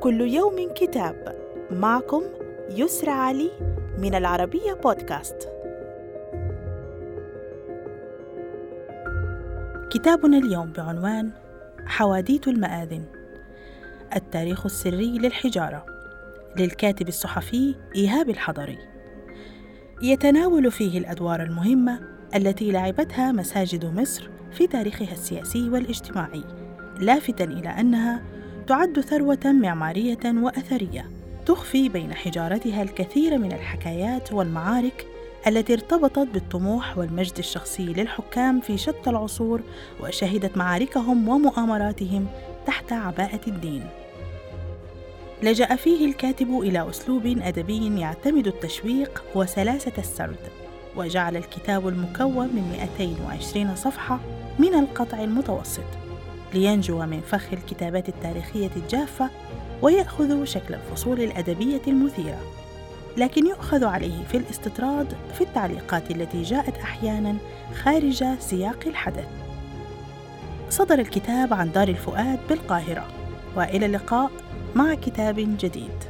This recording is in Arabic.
كل يوم كتاب. معكم يسرى علي من العربية بودكاست. كتابنا اليوم بعنوان حواديت المآذن، التاريخ السري للحجارة، للكاتب الصحفي إيهاب الحضري. يتناول فيه الأدوار المهمة التي لعبتها مساجد مصر في تاريخها السياسي والاجتماعي، لافتاً إلى أنها تعد ثروة معمارية وأثرية تخفي بين حجارتها الكثير من الحكايات والمعارك التي ارتبطت بالطموح والمجد الشخصي للحكام في شتى العصور، وشهدت معاركهم ومؤامراتهم تحت عباءة الدين. لجأ فيه الكاتب إلى أسلوب أدبي يعتمد التشويق وسلاسة السرد، وجعل الكتاب المكون من 220 صفحة من القطع المتوسط لينجو من فخ الكتابات التاريخية الجافة ويأخذ شكل الفصول الأدبية المثيرة، لكن يؤخذ عليه في الاستطراد في التعليقات التي جاءت أحياناً خارج سياق الحدث. صدر الكتاب عن دار الفؤاد بالقاهرة، وإلى اللقاء مع كتاب جديد.